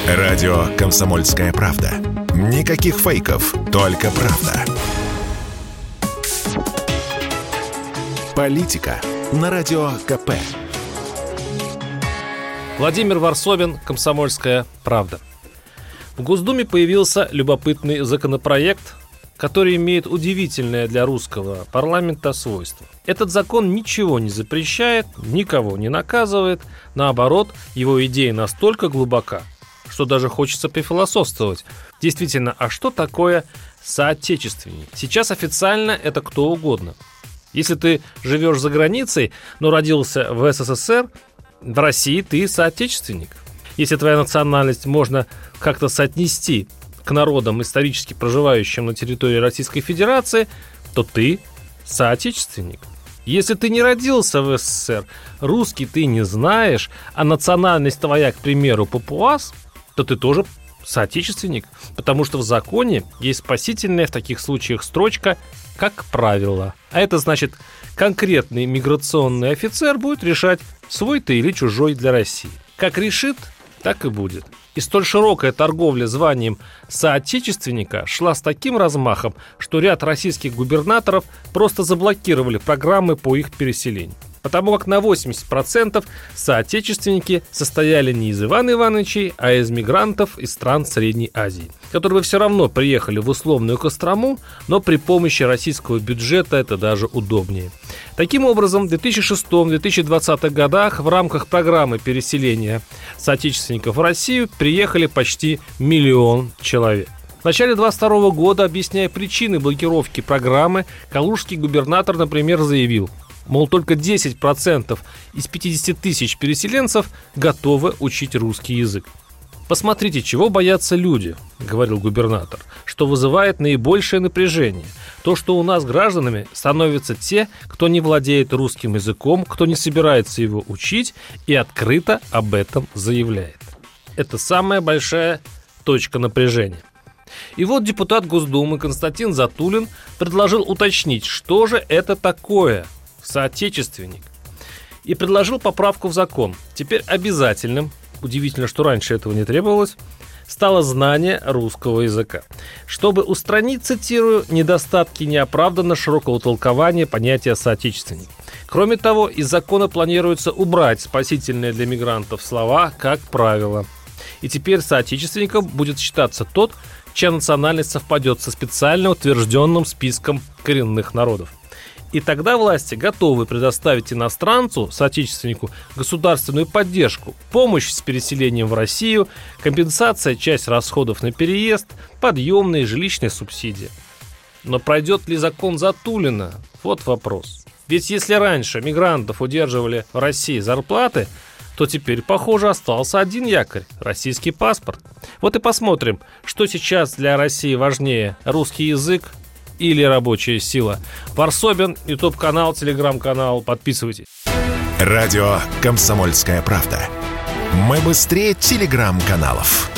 Радио «Комсомольская правда». Никаких фейков, только правда. Политика на Радио КП. Владимир Варсобин, «Комсомольская правда». В Госдуме появился любопытный законопроект, который имеет удивительное для русского парламента свойство. Этот закон ничего не запрещает, никого не наказывает. Наоборот, его идея настолько глубока, что даже хочется пофилософствовать. Действительно, а что такое соотечественник? Сейчас официально это кто угодно. Если ты живешь за границей, но родился в СССР, в России ты соотечественник. Если твоя национальность можно как-то соотнести к народам, исторически проживающим на территории Российской Федерации, то ты соотечественник. Если ты не родился в СССР, русский ты не знаешь, а национальность твоя, к примеру, папуас, то ты тоже соотечественник, потому что в законе есть спасительная в таких случаях строчка «как правило». А это значит, конкретный миграционный офицер будет решать, свой ты или чужой для России. Как решит, так и будет. И столь широкая торговля званием соотечественника шла с таким размахом, что ряд российских губернаторов просто заблокировали программы по их переселению. Потому как на 80% соотечественники состояли не из Ивана Ивановичей, а из мигрантов из стран Средней Азии, которые все равно приехали в условную Кострому, но при помощи российского бюджета это даже удобнее. Таким образом, в 2006-2020 годах в рамках программы переселения соотечественников в Россию приехали почти 1 миллион человек. В начале 2022 года, объясняя причины блокировки программы, калужский губернатор, например, заявил, мол, только 10% из 50 тысяч переселенцев готовы учить русский язык. «Посмотрите, чего боятся люди», — говорил губернатор, «что вызывает наибольшее напряжение. То, что у нас гражданами становятся те, кто не владеет русским языком, кто не собирается его учить и открыто об этом заявляет». Это самая большая точка напряжения. И вот депутат Госдумы Константин Затулин предложил уточнить, что же это такое соотечественник, и предложил поправку в закон. Теперь обязательным, удивительно, что раньше этого не требовалось, стало знание русского языка, чтобы устранить, цитирую, недостатки неоправданно широкого толкования понятия соотечественник. Кроме того, из закона планируется убрать спасительные для мигрантов слова «как правило». И теперь соотечественником будет считаться тот, чья национальность совпадет со специально утвержденным списком коренных народов. И тогда власти готовы предоставить иностранцу, соотечественнику, государственную поддержку, помощь с переселением в Россию, компенсация часть расходов на переезд, подъемные жилищные субсидии. Но пройдет ли закон Затулина? Вот вопрос. Ведь если раньше мигрантов удерживали в России зарплаты, то теперь, похоже, остался один якорь – российский паспорт. Вот и посмотрим, что сейчас для России важнее – русский язык или рабочая сила. Варсобин, YouTube-канал, Telegram-канал. Подписывайтесь. Радио «Комсомольская правда». Мы быстрее Telegram-каналов.